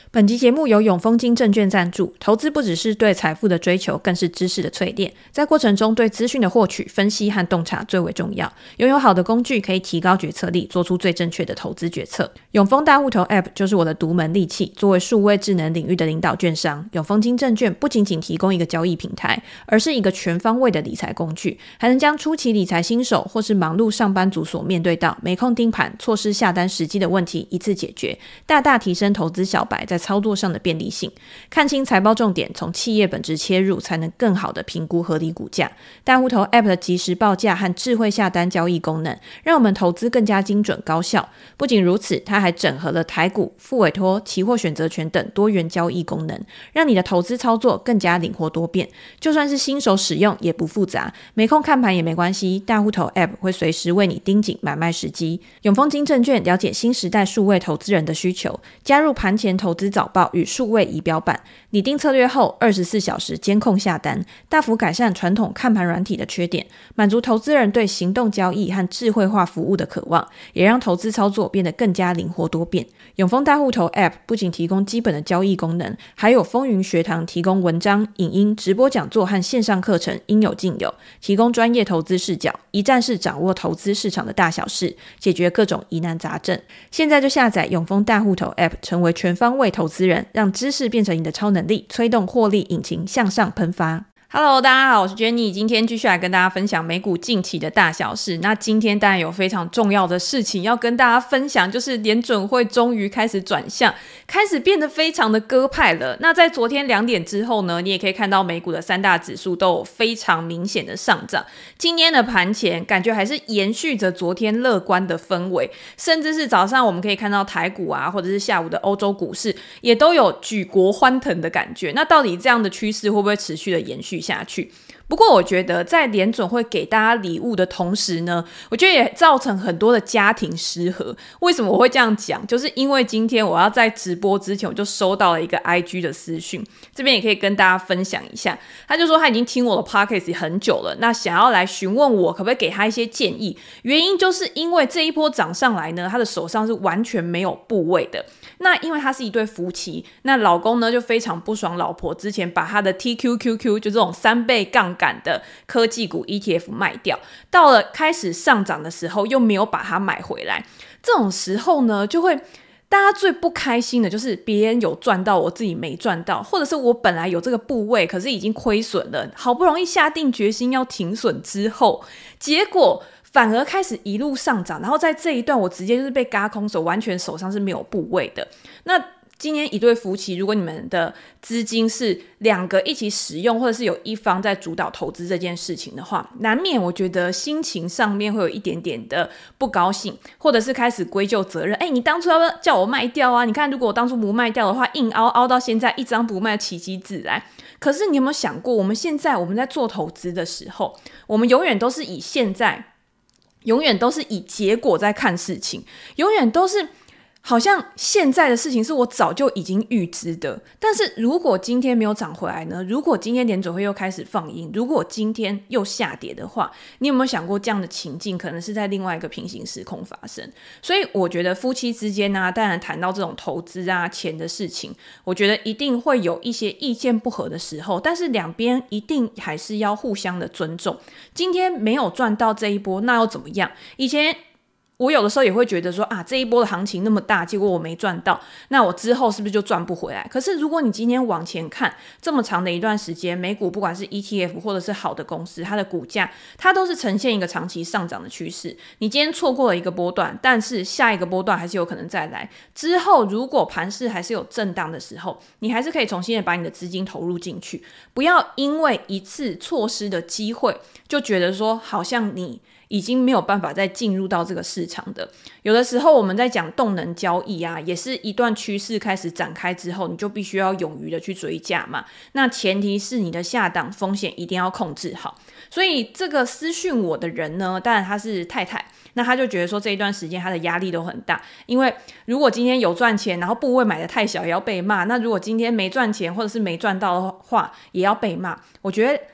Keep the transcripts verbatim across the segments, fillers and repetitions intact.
本集节目由永丰金证券赞助，投资不只是对财富的追求，更是知识的淬炼。在过程中，对资讯的获取、分析和洞察最为重要。拥有好的工具，可以提高决策力，做出最正确的投资决策。永丰大户头 App 就是我的独门利器。作为数位智能领域的领导券商，永丰金证券不仅仅提供一个交易平台，而是一个全方位的理财工具，还能将初期理财新手或是忙碌上班族所面对到没空盯盘、错失下单时机的问题一次解决，大大提升投资小白在操作上的便利性。看清财报重点，从企业本质切入，才能更好的评估合理股价。大户头 App 的即时报价和智慧下单交易功能，让我们投资更加精准高效。不仅如此，它还整合了台股、副委托、期货选择权等多元交易功能，让你的投资操作更加灵活多变。就算是新手使用也不复杂，没空看盘也没关系，大户头 App 会随时为你盯紧买卖时机。永丰金证券了解新时代数位投资人的需求，加入盘前投资早报与数位仪表板，拟定策略后二十四小时监控下单，大幅改善传统看盘软体的缺点，满足投资人对行动交易和智慧化服务的渴望，也让投资操作变得更加灵活多变。永丰大户头 App 不仅提供基本的交易功能，还有风云学堂提供文章、影音、直播讲座和线上课程应有尽有，提供专业投资视角，一站式掌握投资市场的大小事，解决各种疑难杂症。现在就下载永丰大户头 App， 成为全方位投资人，让知识变成你的超能力，催动获利引擎向上喷发。Hello， 大家好，我是 Jenny， 今天继续来跟大家分享美股近期的大小事。那今天当然有非常重要的事情要跟大家分享，就是联准会终于开始转向，开始变得非常的鸽派了。那在昨天两点之后呢，你也可以看到美股的三大指数都有非常明显的上涨。今天的盘前感觉还是延续着昨天乐观的氛围，甚至是早上我们可以看到台股啊，或者是下午的欧洲股市也都有举国欢腾的感觉。那到底这样的趋势会不会持续的延续下去？不过我觉得在联准会给大家礼物的同时呢，我觉得也造成很多的家庭失和。为什么我会这样讲？就是因为今天我要在直播之前我就收到了一个 I G 的私讯，这边也可以跟大家分享一下。他就说他已经听我的 podcast 很久了，那想要来询问我可不可以给他一些建议。原因就是因为这一波涨上来呢，他的手上是完全没有部位的。那因为他是一对夫妻，那老公呢就非常不爽老婆之前把他的 T Q Q Q 就这种三倍杠杆的科技股 E T F 卖掉，到了开始上涨的时候又没有把它买回来。这种时候呢，就会大家最不开心的就是别人有赚到我自己没赚到，或者是我本来有这个部位可是已经亏损了，好不容易下定决心要停损之后，结果反而开始一路上涨，然后在这一段我直接就是被嘎空手，完全手上是没有部位的。那今天一对夫妻，如果你们的资金是两个一起使用，或者是有一方在主导投资这件事情的话，难免我觉得心情上面会有一点点的不高兴，或者是开始归咎责任。哎，你当初要不要叫我卖掉啊？你看如果我当初不卖掉的话，硬凹凹到现在一张不卖，奇迹自来。可是你有没有想过，我们现在我们在做投资的时候，我们永远都是以现在永远都是以结果在看事情，永远都是好像现在的事情是我早就已经预知的。但是如果今天没有涨回来呢？如果今天联准会又开始放鹰，如果今天又下跌的话，你有没有想过这样的情境可能是在另外一个平行时空发生？所以我觉得夫妻之间啊，当然谈到这种投资啊钱的事情，我觉得一定会有一些意见不合的时候，但是两边一定还是要互相的尊重。今天没有赚到这一波，那又怎么样？以前我有的时候也会觉得说啊，这一波的行情那么大，结果我没赚到，那我之后是不是就赚不回来？可是如果你今天往前看这么长的一段时间，美股不管是 E T F 或者是好的公司，它的股价它都是呈现一个长期上涨的趋势。你今天错过了一个波段，但是下一个波段还是有可能再来。之后如果盘势还是有震荡的时候，你还是可以重新的把你的资金投入进去，不要因为一次错失的机会就觉得说好像你已经没有办法再进入到这个市场的。有的时候我们在讲动能交易啊，也是一段趋势开始展开之后，你就必须要勇于的去追价嘛。那前提是你的下档风险一定要控制好。所以这个私讯我的人呢，当然他是太太，那他就觉得说这一段时间他的压力都很大，因为如果今天有赚钱，然后部位买的太小也要被骂，那如果今天没赚钱或者是没赚到的话也要被骂。我觉得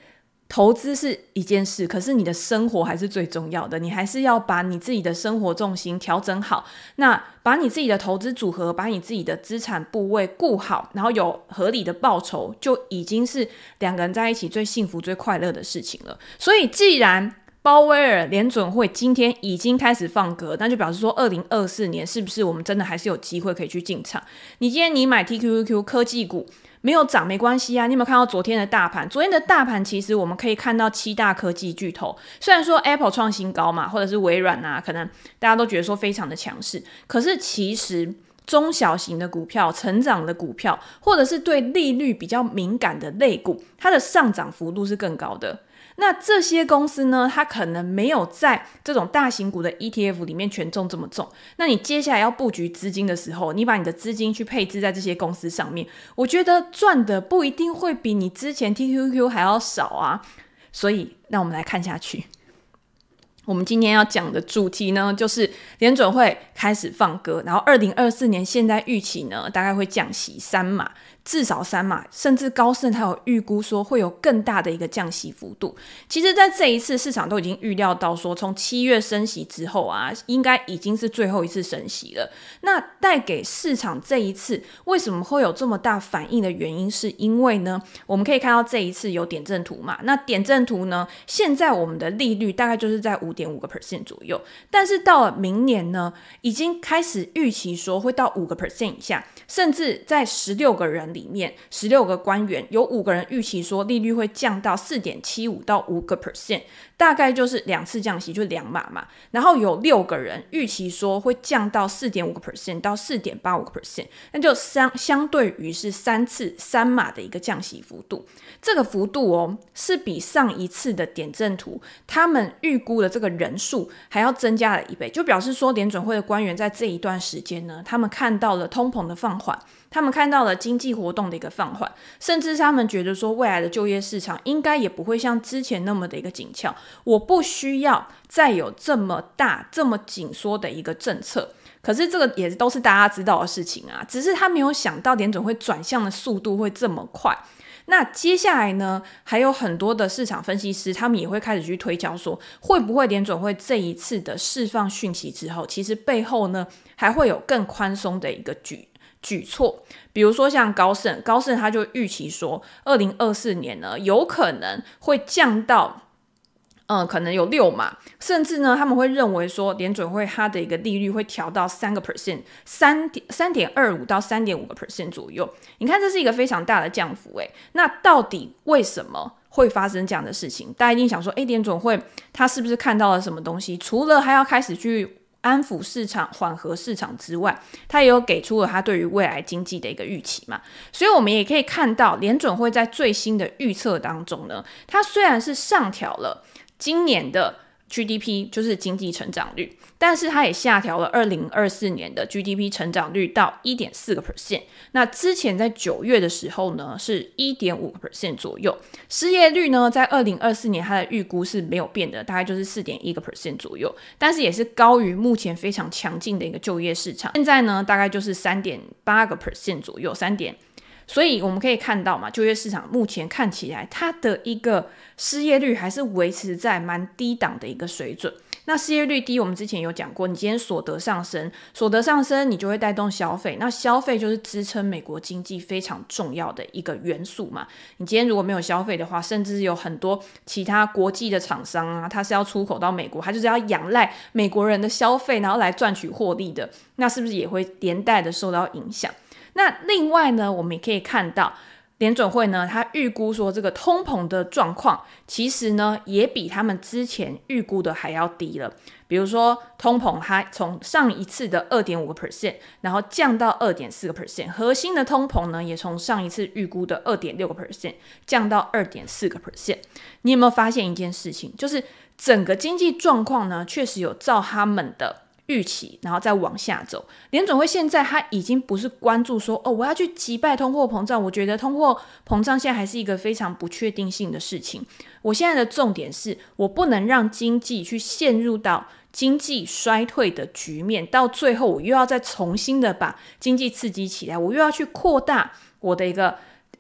投资是一件事，可是你的生活还是最重要的，你还是要把你自己的生活重心调整好，那把你自己的投资组合，把你自己的资产部位顾好，然后有合理的报酬，就已经是两个人在一起最幸福最快乐的事情了。所以既然鲍威尔联准会今天已经开始放鸽，那就表示说二零二四年是不是我们真的还是有机会可以去进场。你今天你买 T Q Q Q 科技股没有涨没关系啊，你有没有看到昨天的大盘？昨天的大盘其实我们可以看到七大科技巨头，虽然说 Apple 创新高嘛，或者是微软啊，可能大家都觉得说非常的强势，可是其实中小型的股票、成长的股票，或者是对利率比较敏感的类股，它的上涨幅度是更高的。那这些公司呢，它可能没有在这种大型股的 E T F 里面权重这么重，那你接下来要布局资金的时候，你把你的资金去配置在这些公司上面，我觉得赚的不一定会比你之前 T Q Q 还要少啊。所以让我们来看下去，我们今天要讲的主题呢，就是联准会开始放鸽，然后二零二四年现在预期呢，大概会降息三码，至少三码，甚至高盛他有预估说会有更大的一个降息幅度。其实在这一次市场都已经预料到说，从七月升息之后啊，应该已经是最后一次升息了。那带给市场这一次为什么会有这么大反应的原因，是因为呢，我们可以看到这一次有点阵图嘛，那点阵图呢，现在我们的利率大概就是在 百分之五点五 左右，但是到了明年呢，已经开始预期说会到 百分之五 以下，甚至在十六个人里面十六个官员有五个人预期说利率会降到 四点七五 到 百分之五， 大概就是两次降息，就两码嘛。然后有六个人预期说会降到 四点五 到 四点八五， 那就相相对于是三次三码的一个降息幅度。这个幅度哦，是比上一次的点阵图他们预估的这个人数还要增加了一倍，就表示说联准会的官员在这一段时间呢，他们看到了通膨的放缓，他们看到了经济活动的一个放缓，甚至是他们觉得说未来的就业市场应该也不会像之前那么的一个紧俏，我不需要再有这么大这么紧缩的一个政策。可是这个也都是大家知道的事情啊，只是他没有想到联准会转向的速度会这么快。那接下来呢，还有很多的市场分析师他们也会开始去推敲说，会不会联准会这一次的释放讯息之后，其实背后呢还会有更宽松的一个举举措。比如说像高盛，高盛他就预期说二零二四年呢有可能会降到嗯，可能有六码，甚至呢，他们会认为说，联准会它的一个利率会调到三个 percent， 三三点二五到三点五个 percent 左右。你看，这是一个非常大的降幅诶。那到底为什么会发生这样的事情？大家一定想说，诶，联准会它是不是看到了什么东西？除了还要开始去安抚市场、缓和市场之外，他也有给出了他对于未来经济的一个预期嘛。所以我们也可以看到，联准会在最新的预测当中呢，它虽然是上调了今年的 G D P 就是经济成长率，但是它也下调了二零二四年的 G D P 成长率到 百分之一点四。 那之前在九月的时候呢是 百分之一点五 左右，失业率呢在二零二四年它的预估是没有变的，大概就是 四点一 左右，但是也是高于目前非常强劲的一个就业市场，现在呢大概就是 三点八 左右，三点。所以我们可以看到嘛，就业市场目前看起来它的一个失业率还是维持在蛮低档的一个水准。那失业率低，我们之前有讲过，你今天所得上升，所得上升你就会带动消费，那消费就是支撑美国经济非常重要的一个元素嘛。你今天如果没有消费的话，甚至有很多其他国际的厂商啊，它是要出口到美国，它就是要仰赖美国人的消费然后来赚取获利的，那是不是也会连带的受到影响？那另外呢，我们也可以看到联准会呢，它预估说这个通膨的状况其实呢也比他们之前预估的还要低了。比如说通膨它从上一次的 百分之二点五 然后降到 百分之二点四， 核心的通膨呢也从上一次预估的 百分之二点六 降到 百分之二点四。 你有没有发现一件事情，就是整个经济状况呢确实有照他们的预期然后再往下走。联准会现在他已经不是关注说哦，我要去击败通货膨胀，我觉得通货膨胀现在还是一个非常不确定性的事情，我现在的重点是我不能让经济去陷入到经济衰退的局面，到最后我又要再重新的把经济刺激起来，我又要去扩大我的一个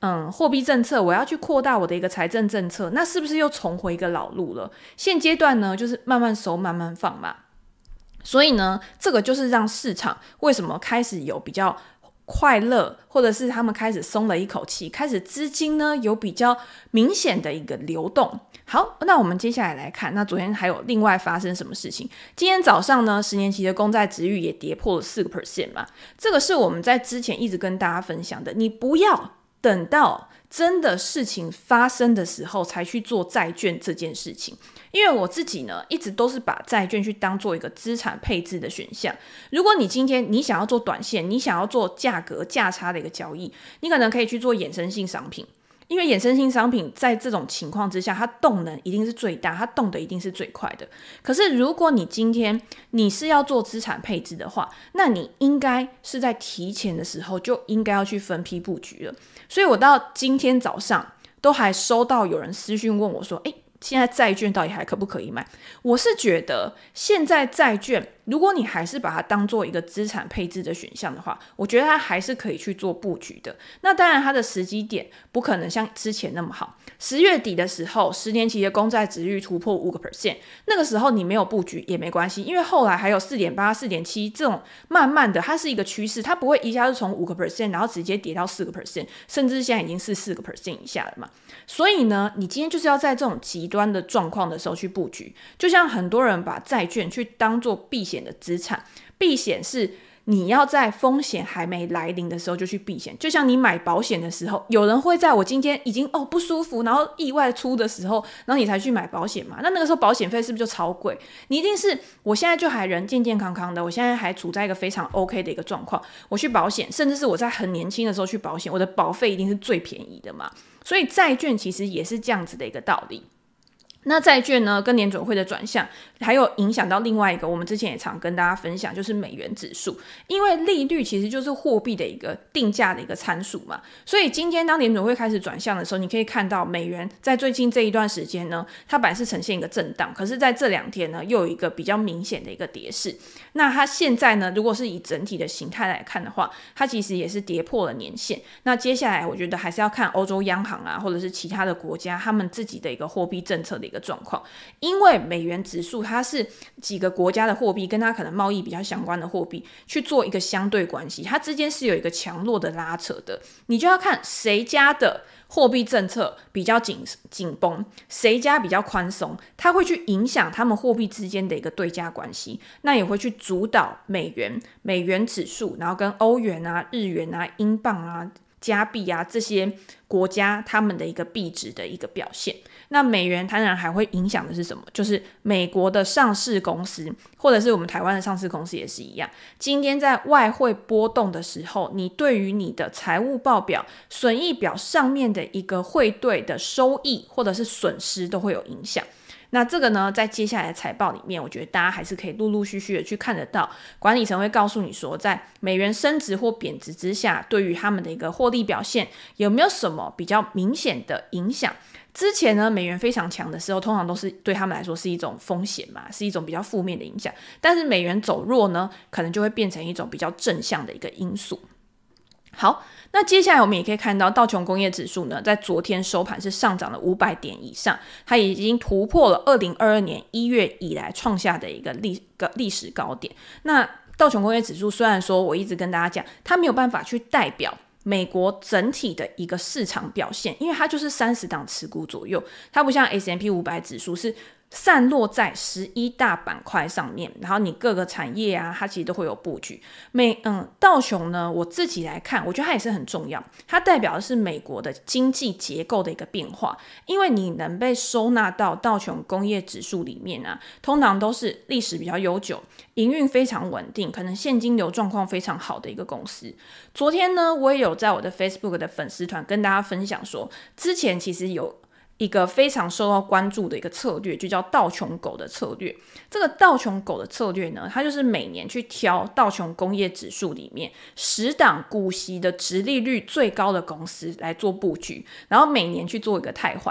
嗯，货币政策，我要去扩大我的一个财政政策，那是不是又重回一个老路了？现阶段呢，就是慢慢收，慢慢放嘛。所以呢，这个就是让市场为什么开始有比较快乐，或者是他们开始松了一口气，开始资金呢有比较明显的一个流动。好，那我们接下来来看，那昨天还有另外发生什么事情？今天早上呢，十年期的公债殖率也跌破了 百分之四 嘛，这个是我们在之前一直跟大家分享的，你不要等到真的事情发生的时候才去做债券这件事情。因为我自己呢，一直都是把债券去当做一个资产配置的选项。如果你今天你想要做短线，你想要做价格价差的一个交易，你可能可以去做衍生性商品。因为衍生性商品在这种情况之下，它动能一定是最大，它动的一定是最快的。可是如果你今天你是要做资产配置的话，那你应该是在提前的时候就应该要去分批布局了。所以我到今天早上都还收到有人私讯问我说，诶，现在债券到底还可不可以买？我是觉得现在债券，如果你还是把它当做一个资产配置的选项的话，我觉得它还是可以去做布局的。那当然它的时机点不可能像之前那么好。十月底的时候，十年期的公债殖率突破 百分之五， 那个时候你没有布局也没关系，因为后来还有 四点八、四点七 这种慢慢的，它是一个趋势，它不会一下就从 百分之五 然后直接跌到 百分之四， 甚至现在已经是 百分之四 以下了嘛。所以呢，你今天就是要在这种极端的状况的时候去布局，就像很多人把债券去当做避险的资产，避险是你要在风险还没来临的时候就去避险，就像你买保险的时候，有人会在我今天已经哦不舒服，然后意外出的时候，然后你才去买保险嘛，那那个时候保险费是不是就超贵？你一定是我现在就还人健健康康的，我现在还处在一个非常 OK 的一个状况，我去保险，甚至是我在很年轻的时候去保险，我的保费一定是最便宜的嘛。所以债券其实也是这样子的一个道理。那债券呢跟联准会的转向还有影响到另外一个我们之前也常跟大家分享，就是美元指数。因为利率其实就是货币的一个定价的一个参数嘛，所以今天当联准会开始转向的时候，你可以看到美元在最近这一段时间呢，它本来是呈现一个震荡，可是在这两天呢又有一个比较明显的一个跌势。那它现在呢，如果是以整体的形态来看的话，它其实也是跌破了年线。那接下来我觉得还是要看欧洲央行啊，或者是其他的国家他们自己的一个货币政策的一个状况。因为美元指数它是几个国家的货币跟它可能贸易比较相关的货币去做一个相对关系，它之间是有一个强弱的拉扯的。你就要看谁家的货币政策比较紧紧绷，谁家比较宽松，它会去影响他们货币之间的一个对价关系，那也会去主导美元、美元指数，然后跟欧元啊、日元啊、英镑啊、加币啊这些国家他们的一个币值的一个表现。那美元当然还会影响的是什么？就是美国的上市公司，或者是我们台湾的上市公司也是一样。今天在外汇波动的时候，你对于你的财务报表、损益表上面的一个汇兑的收益或者是损失都会有影响。那这个呢，在接下来的财报里面，我觉得大家还是可以陆陆续续的去看得到，管理层会告诉你说，在美元升值或贬值之下，对于他们的一个获利表现有没有什么比较明显的影响。之前呢，美元非常强的时候，通常都是对他们来说是一种风险嘛，是一种比较负面的影响。但是美元走弱呢，可能就会变成一种比较正向的一个因素。好，那接下来我们也可以看到道琼工业指数呢，在昨天收盘是上涨了五百点以上，它已经突破了二零二二年一月以来创下的一个 历, 个历史高点。那道琼工业指数虽然说我一直跟大家讲，它没有办法去代表美国整体的一个市场表现，因为它就是三十档持股左右，它不像 S and P 五百 指数是散落在十一大板块上面，然后你各个产业啊，它其实都会有布局。美嗯，道琼呢，我自己来看，我觉得它也是很重要，它代表的是美国的经济结构的一个变化。因为你能被收纳到道琼工业指数里面啊，通常都是历史比较悠久、营运非常稳定，可能现金流状况非常好的一个公司。昨天呢，我也有在我的 Facebook 的粉丝团跟大家分享说，之前其实有一个非常受到关注的一个策略，就叫道琼狗的策略。这个道琼狗的策略呢，它就是每年去挑道琼工业指数里面十档股息的殖利率最高的公司来做布局，然后每年去做一个汰换。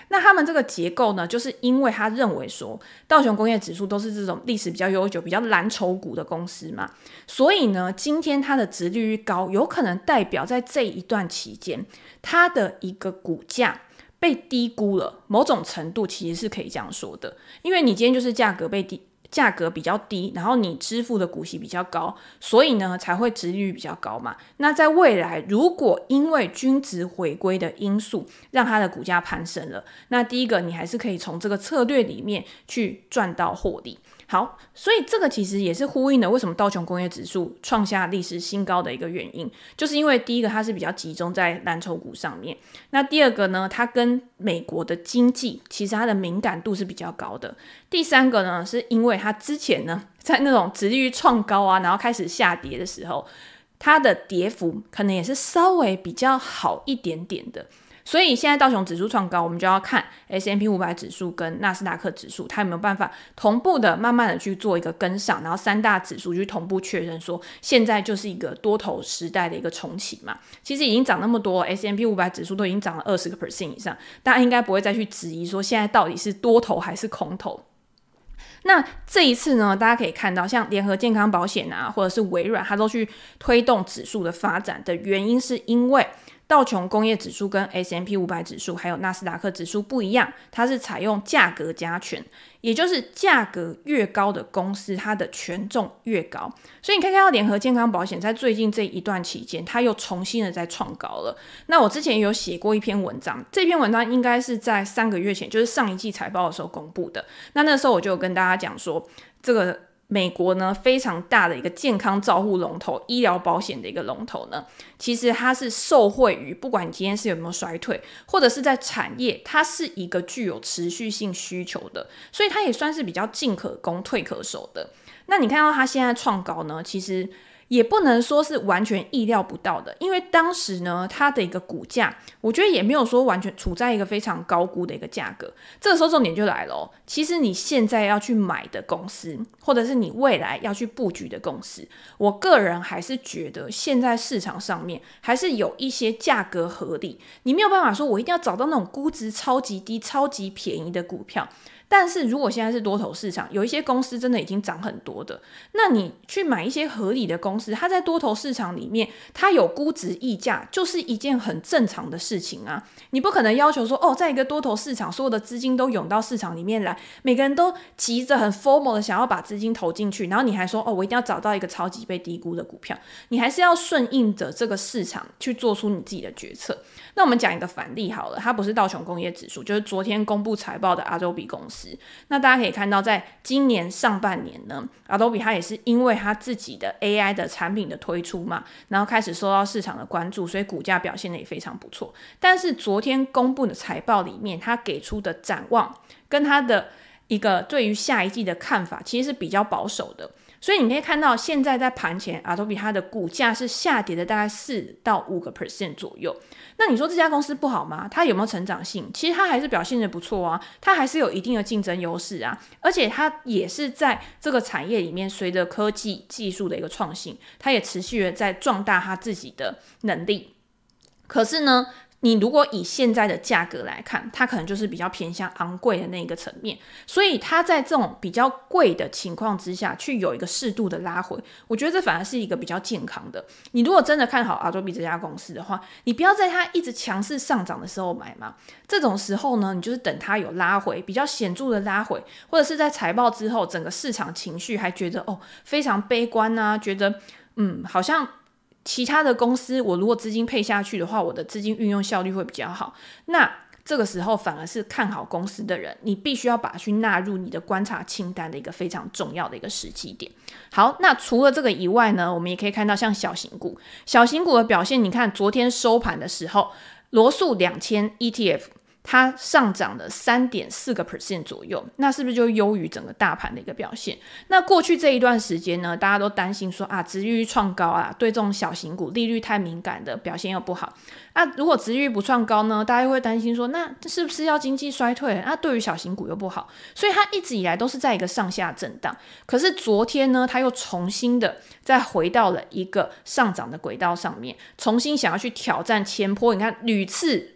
那他们这个结构呢，就是因为他认为说道琼工业指数都是这种历史比较悠久、比较蓝筹股的公司嘛，所以呢，今天它的殖利率高，有可能代表在这一段期间，它的一个股价被低估了，某种程度其实是可以这样说的，因为你今天就是价格被低。价格比较低，然后你支付的股息比较高，所以呢才会殖利率比较高嘛。那在未来，如果因为均值回归的因素让它的股价攀升了，那第一个你还是可以从这个策略里面去赚到获利。好，所以这个其实也是呼应了为什么道琼工业指数创下历史新高的一个原因，就是因为第一个它是比较集中在蓝筹股上面，那第二个呢，它跟美国的经济其实它的敏感度是比较高的，第三个呢，是因为它之前呢在那种殖利率创高啊，然后开始下跌的时候，它的跌幅可能也是稍微比较好一点点的。所以现在道琼指数创高，我们就要看 S and P 五百 指数跟纳斯达克指数它有没有办法同步的慢慢的去做一个跟上，然后三大指数去同步确认说现在就是一个多头时代的一个重启嘛。其实已经涨那么多， S and P 五百 指数都已经涨了 百分之二十 以上，大家应该不会再去质疑说现在到底是多头还是空头。那这一次呢，大家可以看到像联合健康保险啊，或者是微软，它都去推动指数的发展的原因是因为道琼工业指数跟 S and P 五百 指数还有纳斯达克指数不一样，它是采用价格加权，也就是价格越高的公司它的权重越高。所以你可以看到联合健康保险在最近这一段期间它又重新的在创高了。那我之前有写过一篇文章，这篇文章应该是在三个月前，就是上一季财报的时候公布的。那那时候我就有跟大家讲说，这个美国呢非常大的一个健康照护龙头，医疗保险的一个龙头呢，其实它是受惠于不管你今天是有没有衰退，或者是在产业它是一个具有持续性需求的，所以它也算是比较进可攻退可守的。那你看到它现在创高呢，其实也不能说是完全意料不到的，因为当时呢它的一个股价我觉得也没有说完全处在一个非常高估的一个价格。这个时候重点就来了哦，其实你现在要去买的公司，或者是你未来要去布局的公司，我个人还是觉得现在市场上面还是有一些价格合理，你没有办法说我一定要找到那种估值超级低超级便宜的股票。但是如果现在是多头市场，有一些公司真的已经涨很多的，那你去买一些合理的公司，它在多头市场里面它有估值溢价，就是一件很正常的事情啊。你不可能要求说哦，在一个多头市场所有的资金都涌到市场里面来，每个人都急着很 formal 的想要把资金投进去，然后你还说哦，我一定要找到一个超级被低估的股票，你还是要顺应着这个市场去做出你自己的决策。那我们讲一个反例好了，它不是道琼工业指数，就是昨天公布财报的 Adobe 公司。那大家可以看到在今年上半年呢， Adobe 它也是因为它自己的 A I 的产品的推出嘛，然后开始受到市场的关注，所以股价表现的也非常不错。但是昨天公布的财报里面，它给出的展望跟它的一个对于下一季的看法其实是比较保守的。所以你可以看到现在在盘前 Adobe 它的股价是下跌的大概四到百分之五 左右。那你说这家公司不好吗？它有没有成长性？其实它还是表现得不错啊，它还是有一定的竞争优势啊，而且它也是在这个产业里面随着科技技术的一个创新，它也持续的在壮大它自己的能力。可是呢，你如果以现在的价格来看，它可能就是比较偏向昂贵的那个层面，所以它在这种比较贵的情况之下去有一个适度的拉回，我觉得这反而是一个比较健康的。你如果真的看好 Adobe 这家公司的话，你不要在它一直强势上涨的时候买嘛，这种时候呢，你就是等它有拉回比较显著的拉回，或者是在财报之后整个市场情绪还觉得哦非常悲观啊，觉得嗯好像其他的公司我如果资金配下去的话，我的资金运用效率会比较好，那这个时候反而是看好公司的人，你必须要把它去纳入你的观察清单的一个非常重要的一个时机点。好，那除了这个以外呢，我们也可以看到像小型股小型股的表现，你看昨天收盘的时候，罗素两千 E T F它上涨了 百分之三点四 左右，那是不是就优于整个大盘的一个表现？那过去这一段时间呢，大家都担心说啊，殖利率创高啊，对这种小型股利率太敏感的表现又不好。啊，如果殖利率不创高呢，大家又会担心说，那是不是要经济衰退？那对于小型股又不好，所以它一直以来都是在一个上下震荡。可是昨天呢，它又重新的再回到了一个上涨的轨道上面，重新想要去挑战前波，你看屡次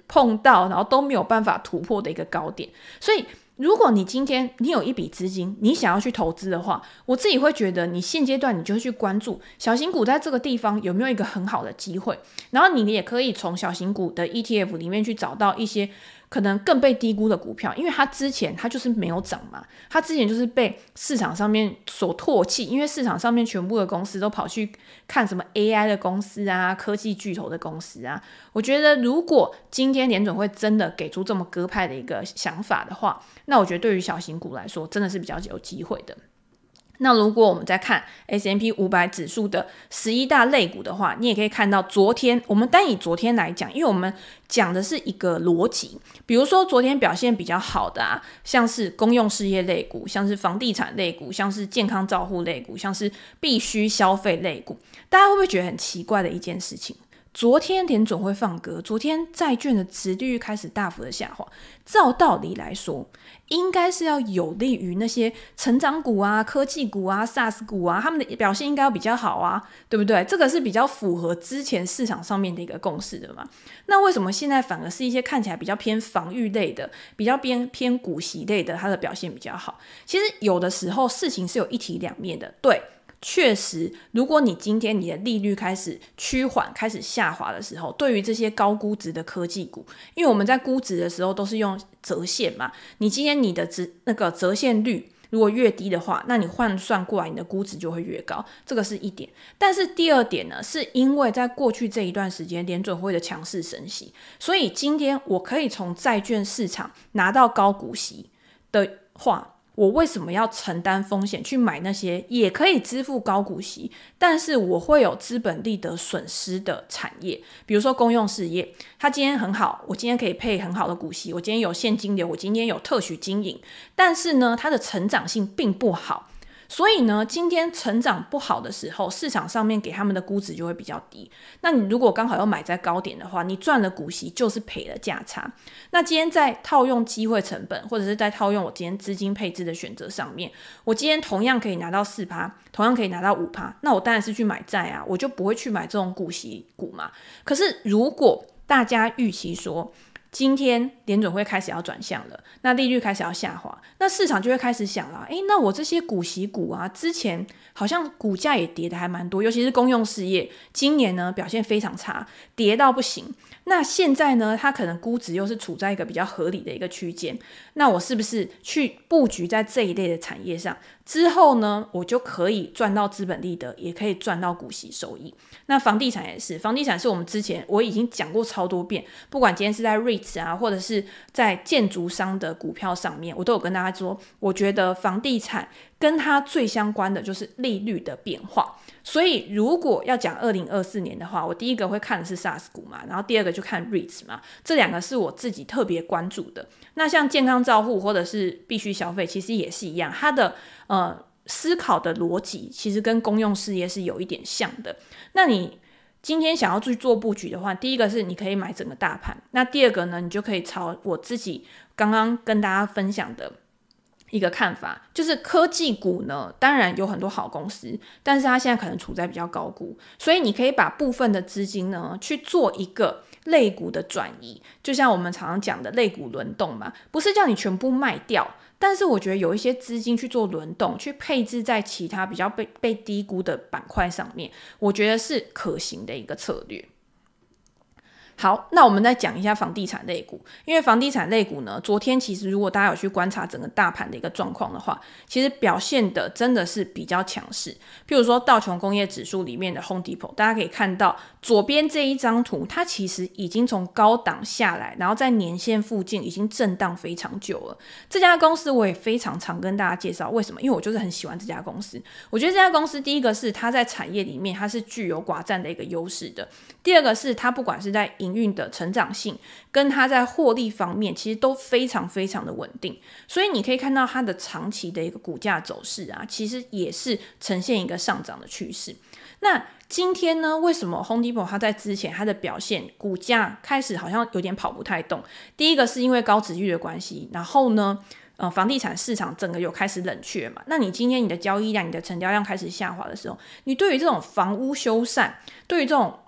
碰到，然后都没有办法突破的一个高点。所以如果你今天你有一笔资金，你想要去投资的话，我自己会觉得你现阶段你就去关注小型股在这个地方有没有一个很好的机会，然后你也可以从小型股的 E T F 里面去找到一些可能更被低估的股票，因为它之前它就是没有涨嘛，它之前就是被市场上面所唾弃，因为市场上面全部的公司都跑去看什么 A I 的公司啊，科技巨头的公司啊。我觉得如果今天联准会真的给出这么鸽派的一个想法的话，那我觉得对于小型股来说真的是比较有机会的。那如果我们再看 S and P 五百 指数的十一大类股的话，你也可以看到昨天，我们单以昨天来讲，因为我们讲的是一个逻辑，比如说昨天表现比较好的啊，像是公用事业类股，像是房地产类股，像是健康照护类股，像是必须消费类股，大家会不会觉得很奇怪的一件事情？昨天联准会放鸽，昨天债券的殖利率开始大幅的下滑，照道理来说应该是要有利于那些成长股啊、科技股啊、 SaaS 股啊，他们的表现应该要比较好啊，对不对？这个是比较符合之前市场上面的一个共识的嘛。那为什么现在反而是一些看起来比较偏防御类的、比较偏偏股息类的，它的表现比较好？其实有的时候事情是有一体两面的，对。确实，如果你今天你的利率开始趋缓、开始下滑的时候，对于这些高估值的科技股，因为我们在估值的时候都是用折现嘛，你今天你的值那个折现率如果越低的话，那你换算过来你的估值就会越高，这个是一点。但是第二点呢，是因为在过去这一段时间联准会的强势升息，所以今天我可以从债券市场拿到高股息的话，我为什么要承担风险去买那些也可以支付高股息，但是我会有资本利得损失的产业？比如说公用事业，它今天很好，我今天可以配很好的股息，我今天有现金流，我今天有特许经营，但是呢，它的成长性并不好。所以呢，今天成长不好的时候，市场上面给他们的估值就会比较低。那你如果刚好要买在高点的话，你赚了股息就是赔了价差。那今天在套用机会成本，或者是在套用我今天资金配置的选择上面，我今天同样可以拿到 百分之四， 同样可以拿到 百分之五， 那我当然是去买债啊，我就不会去买这种股息股嘛。可是如果大家预期说今天联准会开始要转向了，那利率开始要下滑，那市场就会开始想了，诶，那我这些股息股啊，之前好像股价也跌得还蛮多，尤其是公用事业，今年呢表现非常差，跌到不行。那现在呢，它可能估值又是处在一个比较合理的一个区间，那我是不是去布局在这一类的产业上？之后呢，我就可以赚到资本利得，也可以赚到股息收益。那房地产也是，房地产是我们之前我已经讲过超多遍，不管今天是在 REITs 啊，或者是在建筑商的股票上面，我都有跟大家说，我觉得房地产跟它最相关的就是利率的变化。所以如果要讲二零二四年的话，我第一个会看的是 SaaS 股嘛，然后第二个就看 REITs 嘛，这两个是我自己特别关注的。那像健康照护或者是必须消费，其实也是一样，它的呃思考的逻辑其实跟公用事业是有一点像的。那你今天想要去做布局的话，第一个是你可以买整个大盘，那第二个呢，你就可以朝我自己刚刚跟大家分享的一个看法，就是科技股呢，当然有很多好公司，但是它现在可能处在比较高估，所以你可以把部分的资金呢去做一个类股的转移，就像我们常常讲的类股轮动嘛，不是叫你全部卖掉，但是我觉得有一些资金去做轮动，去配置在其他比较被被低估的板块上面，我觉得是可行的一个策略。好，那我们再讲一下房地产类股，因为房地产类股呢，昨天其实如果大家有去观察整个大盘的一个状况的话，其实表现的真的是比较强势。譬如说道琼工业指数里面的 Home Depot， 大家可以看到左边这一张图，它其实已经从高档下来，然后在年线附近已经震荡非常久了。这家公司我也非常常跟大家介绍，为什么？因为我就是很喜欢这家公司。我觉得这家公司第一个是它在产业里面它是具有寡占的一个优势的，第二个是它不管是在营运的成长性跟它在获利方面其实都非常非常的稳定，所以你可以看到它的长期的一个股价走势啊，其实也是呈现一个上涨的趋势。那今天呢，为什么 Home Depot 它在之前它的表现股价开始好像有点跑不太动？第一个是因为高殖利率的关系，然后呢呃，房地产市场整个有开始冷却嘛，那你今天你的交易量、你的成交量开始下滑的时候，你对于这种房屋修缮，对于这种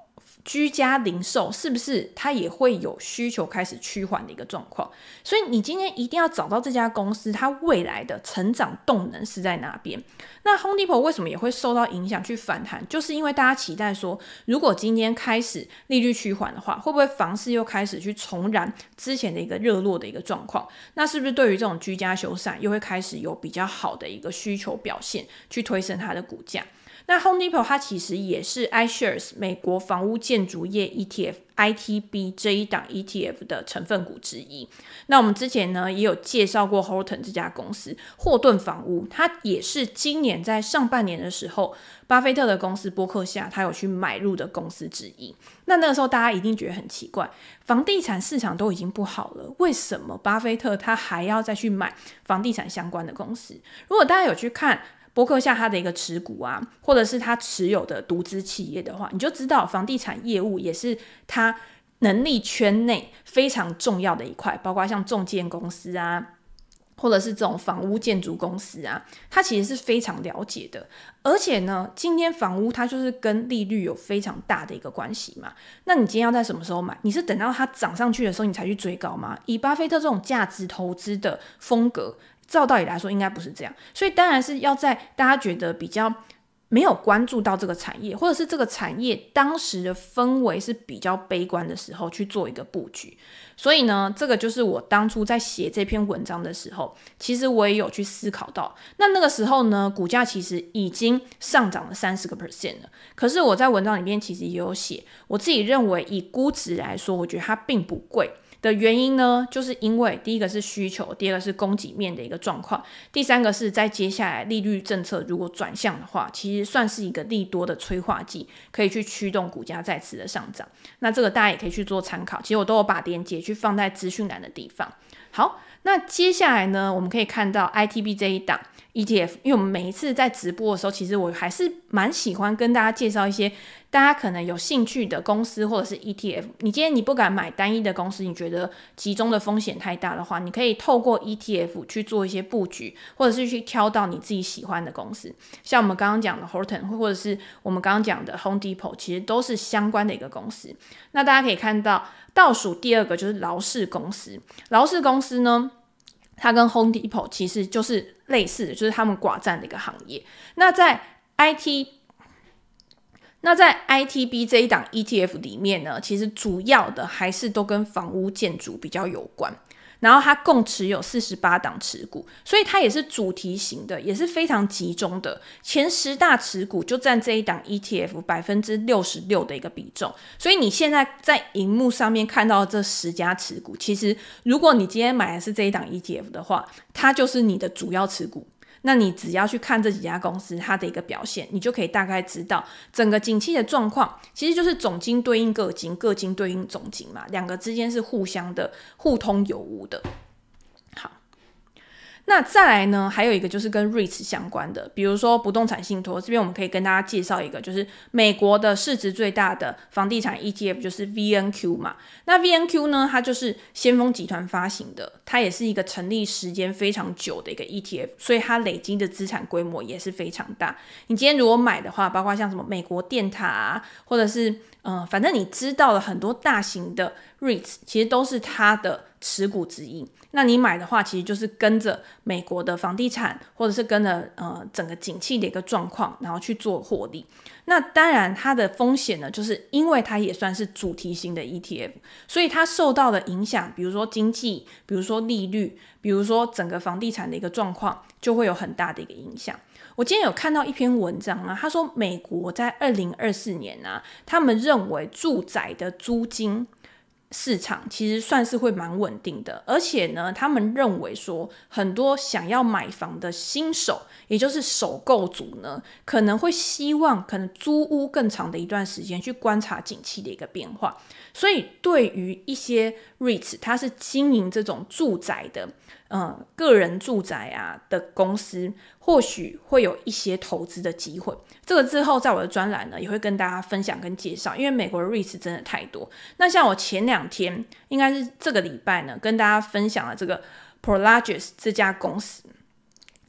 居家零售是不是它也会有需求开始趋缓的一个状况？所以你今天一定要找到这家公司它未来的成长动能是在哪边。那 Home Depot 为什么也会受到影响去反弹，就是因为大家期待说，如果今天开始利率趋缓的话，会不会房市又开始去重燃之前的一个热络的一个状况？那是不是对于这种居家修缮又会开始有比较好的一个需求表现，去推升它的股价？那 Home Depot 它其实也是 iShares 美国房屋建筑业 E T F I T B 这一档 E T F 的成分股之一。那我们之前呢也有介绍过 Horton 这家公司，霍顿房屋，它也是今年在上半年的时候，巴菲特的公司波克夏他有去买入的公司之一。那那个时候大家一定觉得很奇怪，房地产市场都已经不好了，为什么巴菲特他还要再去买房地产相关的公司？如果大家有去看波克夏他的一个持股啊，或者是他持有的独资企业的话，你就知道房地产业务也是他能力圈内非常重要的一块，包括像仲介公司啊，或者是这种房屋建筑公司啊，他其实是非常了解的。而且呢，今天房屋它就是跟利率有非常大的一个关系嘛。那你今天要在什么时候买？你是等到它涨上去的时候你才去追高吗？以巴菲特这种价值投资的风格，照道理来说应该不是这样，所以当然是要在大家觉得比较没有关注到这个产业，或者是这个产业当时的氛围是比较悲观的时候去做一个布局。所以呢，这个就是我当初在写这篇文章的时候，其实我也有去思考到。那那个时候呢，股价其实已经上涨了 百分之三十 了，可是我在文章里面其实也有写，我自己认为以估值来说，我觉得它并不贵的原因呢，就是因为第一个是需求，第二个是供给面的一个状况，第三个是在接下来利率政策如果转向的话，其实算是一个利多的催化剂，可以去驱动股价再次的上涨。那这个大家也可以去做参考，其实我都有把连结去放在资讯栏的地方。好，那接下来呢，我们可以看到 I T B 这一档 E T F， 因为我们每一次在直播的时候，其实我还是蛮喜欢跟大家介绍一些大家可能有兴趣的公司或者是 E T F。 你今天你不敢买单一的公司，你觉得集中的风险太大的话，你可以透过 E T F 去做一些布局，或者是去挑到你自己喜欢的公司。像我们刚刚讲的 Horton 或者是我们刚刚讲的 Home Depot， 其实都是相关的一个公司。那大家可以看到倒数第二个就是劳氏公司。劳氏公司呢，它跟 Home Depot 其实就是类似的，就是他们寡占的一个行业。那在 I T 那在 I T B 这一档 E T F 里面呢，其实主要的还是都跟房屋建筑比较有关。然后它共持有四十八档持股，所以它也是主题型的，也是非常集中的。前十大持股就占这一档 E T F 百分之六十六的一个比重。所以你现在在荧幕上面看到这十家持股，其实如果你今天买的是这一档 E T F 的话，它就是你的主要持股。那你只要去看这几家公司它的一个表现，你就可以大概知道整个景气的状况，其实就是总经对应个经，个经对应总经嘛，两个之间是互相的互通有无的。好，那再来呢，还有一个就是跟 REITs 相关的，比如说不动产信托，这边我们可以跟大家介绍一个，就是美国的市值最大的房地产 E T F 就是 V N Q 嘛。那 V N Q 呢，它就是先锋集团发行的，它也是一个成立时间非常久的一个 E T F， 所以它累积的资产规模也是非常大。你今天如果买的话，包括像什么美国电塔啊，或者是嗯，反正你知道了很多大型的 REITs， 其实都是它的持股之一。那你买的话，其实就是跟着美国的房地产，或者是跟着呃整个景气的一个状况，然后去做获利。那当然它的风险呢，就是因为它也算是主题型的 E T F， 所以它受到的影响，比如说经济，比如说利率，比如说整个房地产的一个状况，就会有很大的一个影响。我今天有看到一篇文章啊，他说美国在二零二四年啊，他们认为住宅的租金市场其实算是会蛮稳定的，而且呢，他们认为说很多想要买房的新手，也就是首购族呢，可能会希望可能租屋更长的一段时间去观察景气的一个变化。所以对于一些 REITs， 它是经营这种住宅的呃，个人住宅啊的公司，或许会有一些投资的机会。这个之后在我的专栏呢也会跟大家分享跟介绍，因为美国的 REITs 真的太多。那像我前两天应该是这个礼拜呢，跟大家分享了这个 Prologis 这家公司。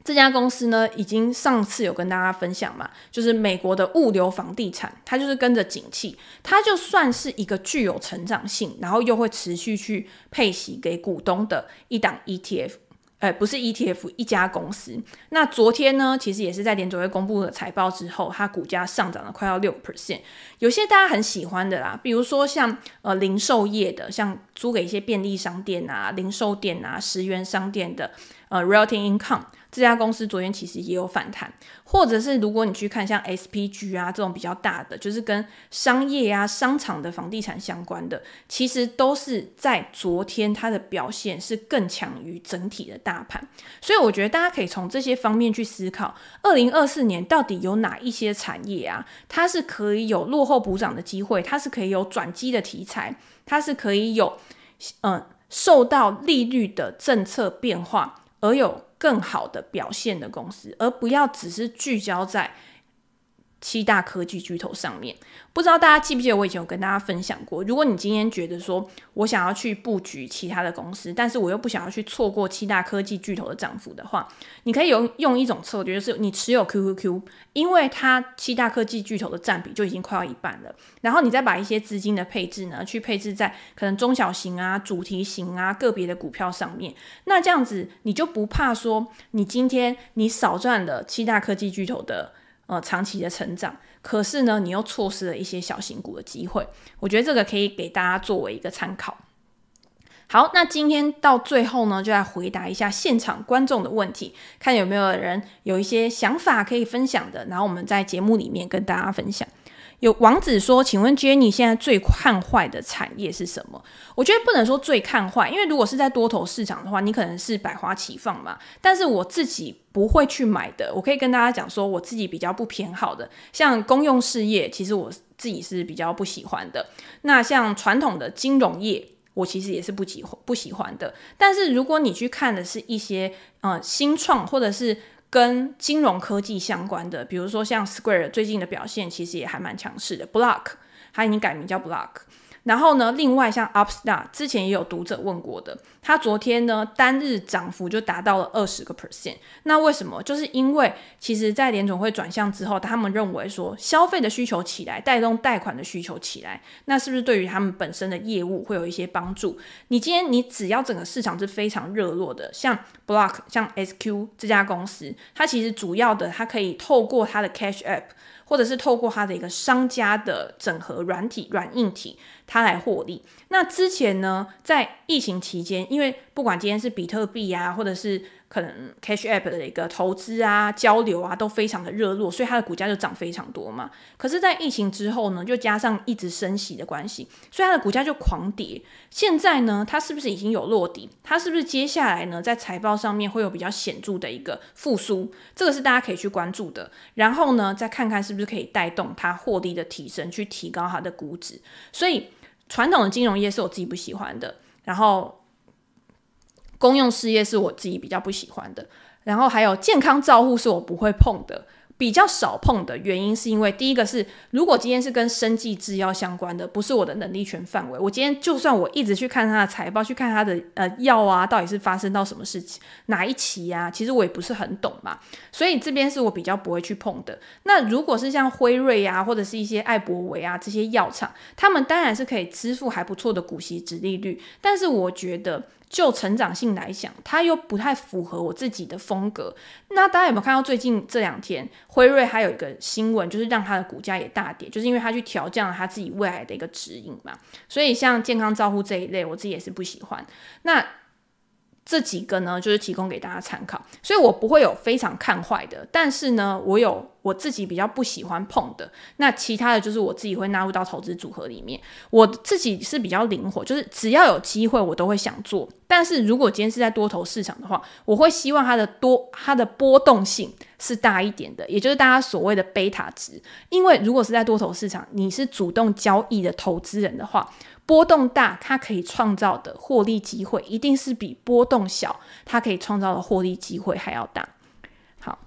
这家公司呢，已经上次有跟大家分享嘛，就是美国的物流房地产，它就是跟着景气，它就算是一个具有成长性，然后又会持续去配息给股东的一档 E T F。呃，不是 E T F， 一家公司。那昨天呢，其实也是在联准会公布了财报之后，它股价上涨了快要 百分之六。有些大家很喜欢的啦，比如说像呃零售业的，像租给一些便利商店啊、零售店啊、十元商店的呃 Realty Income。这家公司昨天其实也有反弹，或者是如果你去看像 S P G 啊这种比较大的，就是跟商业啊商场的房地产相关的，其实都是在昨天它的表现是更强于整体的大盘。所以我觉得大家可以从这些方面去思考，二零二四年到底有哪一些产业啊，它是可以有落后补涨的机会，它是可以有转机的题材，它是可以有嗯受到利率的政策变化而有更好的表现的公司，而不要只是聚焦在七大科技巨头上面。不知道大家记不记得我以前有跟大家分享过，如果你今天觉得说我想要去布局其他的公司，但是我又不想要去错过七大科技巨头的涨幅的话，你可以用用一种策略，就是你持有 Q Q Q， 因为它七大科技巨头的占比就已经快要一半了，然后你再把一些资金的配置呢，去配置在可能中小型啊、主题型啊、个别的股票上面，那这样子你就不怕说你今天你少赚了七大科技巨头的呃长期的成长，可是呢你又错失了一些小型股的机会。我觉得这个可以给大家作为一个参考。好，那今天到最后呢，就来回答一下现场观众的问题，看有没有人有一些想法可以分享的，然后我们在节目里面跟大家分享。有王子说，请问 Jenny 现在最看坏的产业是什么？我觉得不能说最看坏，因为如果是在多头市场的话，你可能是百花齐放嘛，但是我自己不会去买的，我可以跟大家讲说我自己比较不偏好的，像公用事业其实我自己是比较不喜欢的，那像传统的金融业我其实也是不喜不喜欢的。但是如果你去看的是一些呃新创或者是跟金融科技相关的，比如说像 Square 最近的表现其实也还蛮强势的， Block 它已经改名叫 Block。然后呢，另外像 Upstart 之前也有读者问过的，它昨天呢单日涨幅就达到了 百分之二十。 那为什么？就是因为其实在联准会转向之后，他们认为说消费的需求起来带动贷款的需求起来，那是不是对于他们本身的业务会有一些帮助？你今天你只要整个市场是非常热络的，像 Block 像 S Q 这家公司，它其实主要的它可以透过它的 Cash App或者是透过它的一个商家的整合软体软硬体，它来获利。那之前呢，在疫情期间，因为不管今天是比特币啊，或者是可能 Cash App 的一个投资啊、交流啊，都非常的热络，所以它的股价就涨非常多嘛。可是，在疫情之后呢，就加上一直升息的关系，所以它的股价就狂跌。现在呢，它是不是已经有落底？它是不是接下来呢，在财报上面会有比较显著的一个复苏？这个是大家可以去关注的。然后呢，再看看是不是可以带动它获利的提升，去提高它的估值。所以，传统的金融业是我自己不喜欢的，然后公用事业是我自己比较不喜欢的，然后还有健康照护是我不会碰的，比较少碰的原因是因为第一个是，如果今天是跟生技制药相关的，不是我的能力圈范围，我今天就算我一直去看他的财报，去看他的呃药啊，到底是发生到什么事情，哪一期啊，其实我也不是很懂嘛，所以这边是我比较不会去碰的。那如果是像辉瑞啊，或者是一些艾伯维啊这些药厂，他们当然是可以支付还不错的股息殖利率，但是我觉得就成长性来讲，它又不太符合我自己的风格。那大家有没有看到最近这两天辉瑞还有一个新闻，就是让它的股价也大跌，就是因为它去调降了它自己未来的一个指引嘛。所以像健康照护这一类，我自己也是不喜欢。那这几个呢，就是提供给大家参考，所以我不会有非常看坏的，但是呢，我有我自己比较不喜欢碰的，那其他的就是我自己会纳入到投资组合里面。我自己是比较灵活，就是只要有机会我都会想做，但是如果今天是在多头市场的话，我会希望它的多它的波动性是大一点的，也就是大家所谓的贝塔值。因为如果是在多头市场，你是主动交易的投资人的话，波动大，它可以创造的获利机会一定是比波动小，它可以创造的获利机会还要大。好，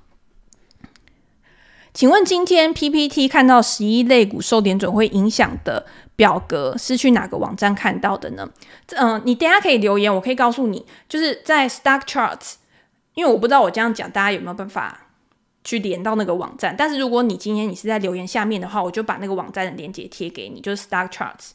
请问今天 P P T 看到十一类股受联准会影响的表格是去哪个网站看到的呢？嗯、呃，你等一下可以留言，我可以告诉你，就是在 Stock Charts 因为我不知道我这样讲大家有没有办法去连到那个网站，但是如果你今天你是在留言下面的话，我就把那个网站的连结贴给你，就是 Stock Charts。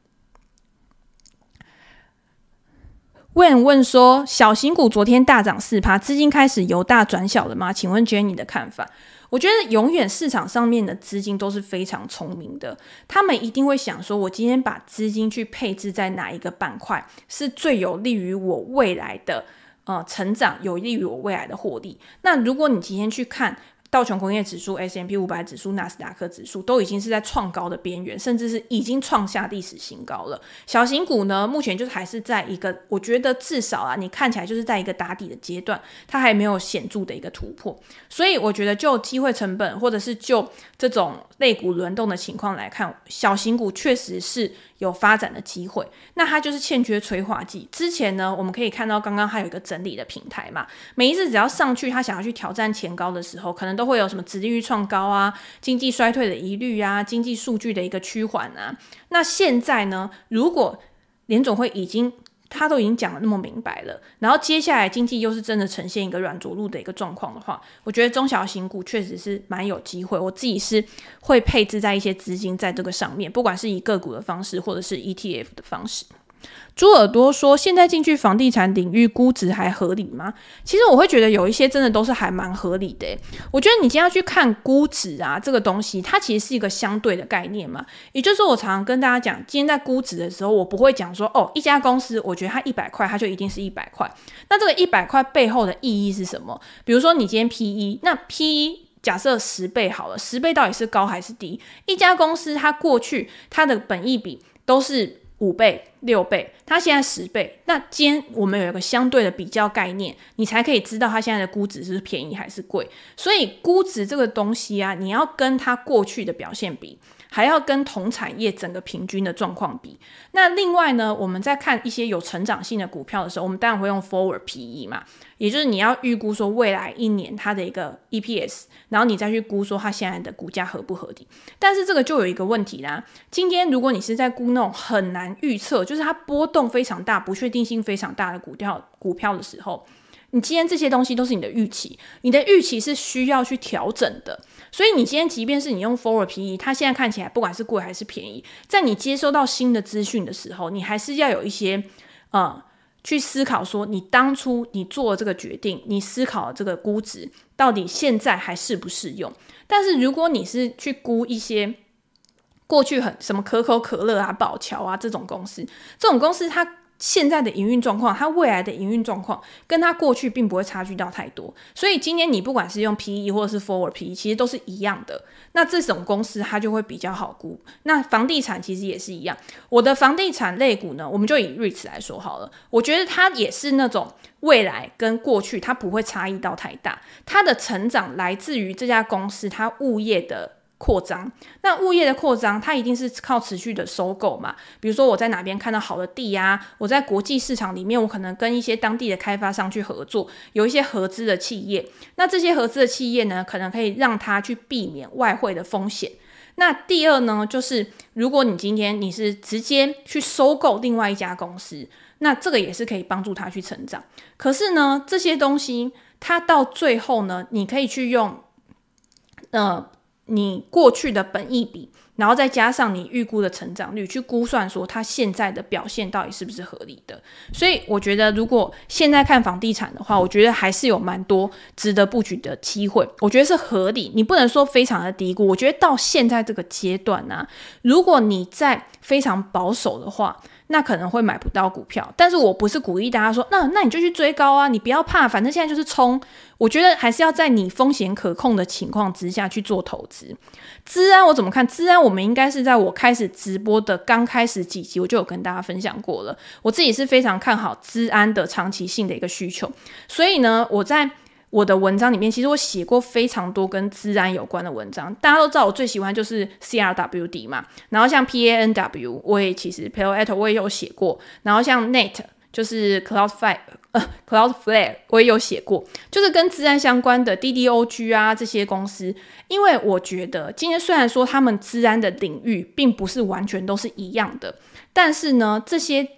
问问说，小型股昨天大涨 百分之四， 资金开始由大转小了吗？请问 Jenny 的看法？我觉得永远市场上面的资金都是非常聪明的，他们一定会想说，我今天把资金去配置在哪一个板块是最有利于我未来的呃成长，有利于我未来的获利。那如果你今天去看道琼工业指数、S and P 五百 指数、纳斯达克指数都已经是在创高的边缘，甚至是已经创下历史新高了。小型股呢，目前就是还是在一个，我觉得至少啊，你看起来就是在一个打底的阶段，它还没有显著的一个突破。所以我觉得就机会成本，或者是就这种类股轮动的情况来看，小型股确实是有发展的机会。那它就是欠缺催化剂。之前呢，我们可以看到刚刚还有一个整理的平台嘛，每一次只要上去，它想要去挑战前高的时候，可能都会有什么殖利率创高啊、经济衰退的疑虑啊、经济数据的一个趋缓啊。那现在呢，如果联总会已经他都已经讲得那么明白了，然后接下来经济又是真的呈现一个软着陆的一个状况的话，我觉得中小型股确实是蛮有机会。我自己是会配置在一些资金在这个上面，不管是以个股的方式或者是 E T F 的方式。猪耳朵说，现在进去房地产领域估值还合理吗？其实我会觉得有一些真的都是还蛮合理的耶。我觉得你今天要去看估值啊，这个东西它其实是一个相对的概念嘛。也就是说，我常常跟大家讲，今天在估值的时候，我不会讲说哦，一家公司我觉得它一百块它就一定是一百块。那这个一百块背后的意义是什么？比如说你今天 P E， 那 P E假设十倍好了，十倍到底是高还是低？一家公司它过去它的本益比都是五倍、六倍，它现在十倍。那今天我们有一个相对的比较概念，你才可以知道它现在的估值是便宜还是贵。所以估值这个东西啊，你要跟它过去的表现比，还要跟同产业整个平均的状况比。那另外呢，我们在看一些有成长性的股票的时候，我们当然会用 forward P E 嘛，也就是你要预估说未来一年它的一个 E P S， 然后你再去估说它现在的股价合不合理。但是这个就有一个问题啦，今天如果你是在估那种很难预测，就是它波动非常大、不确定性非常大的股票股票的时候，你今天这些东西都是你的预期，你的预期是需要去调整的。所以你今天即便是你用 forward P E， 它现在看起来不管是贵还是便宜，在你接收到新的资讯的时候，你还是要有一些呃去思考说，你当初你做了这个决定，你思考了这个估值到底现在还适不适用。但是如果你是去估一些过去很什么可口可乐啊、宝乔啊这种公司，这种公司它现在的营运状况，它未来的营运状况跟它过去并不会差距到太多。所以今天你不管是用 P E 或者是 forward P E， 其实都是一样的。那这种公司它就会比较好估。那房地产其实也是一样。我的房地产类股呢，我们就以 REITs 来说好了，我觉得它也是那种未来跟过去它不会差异到太大，它的成长来自于这家公司它物业的扩张。那物业的扩张它一定是靠持续的收购嘛，比如说我在哪边看到好的地啊，我在国际市场里面我可能跟一些当地的开发商去合作，有一些合资的企业，那这些合资的企业呢，可能可以让它去避免外汇的风险。那第二呢，就是如果你今天你是直接去收购另外一家公司，那这个也是可以帮助它去成长。可是呢，这些东西它到最后呢，你可以去用呃你过去的本益比，然后再加上你预估的成长率，去估算说它现在的表现到底是不是合理的。所以我觉得如果现在看房地产的话，我觉得还是有蛮多值得布局的机会，我觉得是合理，你不能说非常的低估。我觉得到现在这个阶段啊，如果你在非常保守的话，那可能会买不到股票。但是我不是鼓励大家说那那你就去追高啊，你不要怕，反正现在就是冲。我觉得还是要在你风险可控的情况之下去做投资。资安我怎么看？资安我们应该是在我开始直播的刚开始几集我就有跟大家分享过了，我自己是非常看好资安的长期性的一个需求。所以呢，我在我的文章里面其实我写过非常多跟资安有关的文章，大家都知道我最喜欢就是 C R W D 嘛，然后像 P A N W 我也其实 Palo Alto 我也有写过，然后像 N E T 就是 Cloudflare 呃 Cloudflare 我也有写过，就是跟资安相关的 D D O G 啊这些公司。因为我觉得今天虽然说他们资安的领域并不是完全都是一样的，但是呢这些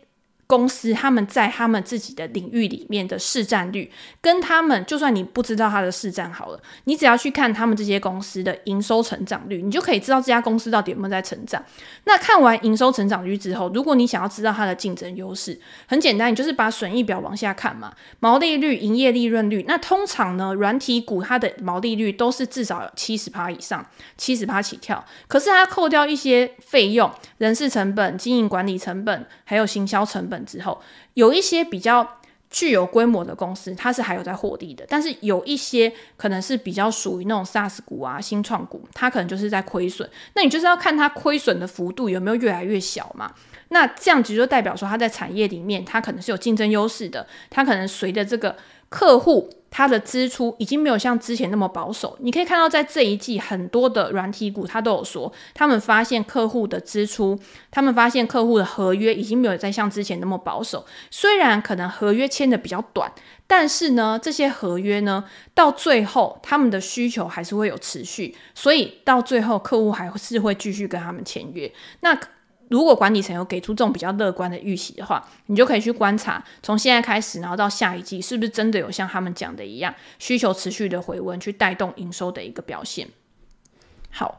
公司他们在他们自己的领域里面的市占率，跟他们就算你不知道它的市占好了，你只要去看他们这些公司的营收成长率，你就可以知道这家公司到底有没有在成长。那看完营收成长率之后，如果你想要知道它的竞争优势，很简单，你就是把损益表往下看嘛，毛利率、营业利润率。那通常呢，软体股它的毛利率都是至少有 百分之七十 以上 百分之七十 起跳，可是它扣掉一些费用，人事成本、经营管理成本还有行销成本之后，有一些比较具有规模的公司它是还有在获利的，但是有一些可能是比较属于那种 SaaS 股啊、新创股，它可能就是在亏损，那你就是要看它亏损的幅度有没有越来越小嘛。那这样子就代表说它在产业里面它可能是有竞争优势的，它可能随着这个客户它的支出已经没有像之前那么保守。你可以看到在这一季很多的软体股它都有说，他们发现客户的支出，他们发现客户的合约已经没有再像之前那么保守，虽然可能合约签的比较短，但是呢这些合约呢到最后他们的需求还是会有持续，所以到最后客户还是会继续跟他们签约。那如果管理层有给出这种比较乐观的预期的话，你就可以去观察从现在开始然后到下一季是不是真的有像他们讲的一样，需求持续的回温去带动营收的一个表现。好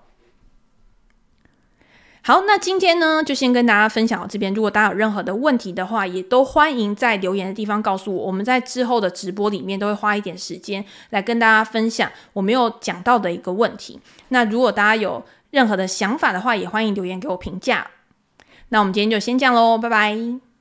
好，那今天呢就先跟大家分享到这边，如果大家有任何的问题的话，也都欢迎在留言的地方告诉我，我们在之后的直播里面都会花一点时间来跟大家分享我没有讲到的一个问题。那如果大家有任何的想法的话，也欢迎留言给我评价。那我们今天就先这样咯，拜拜。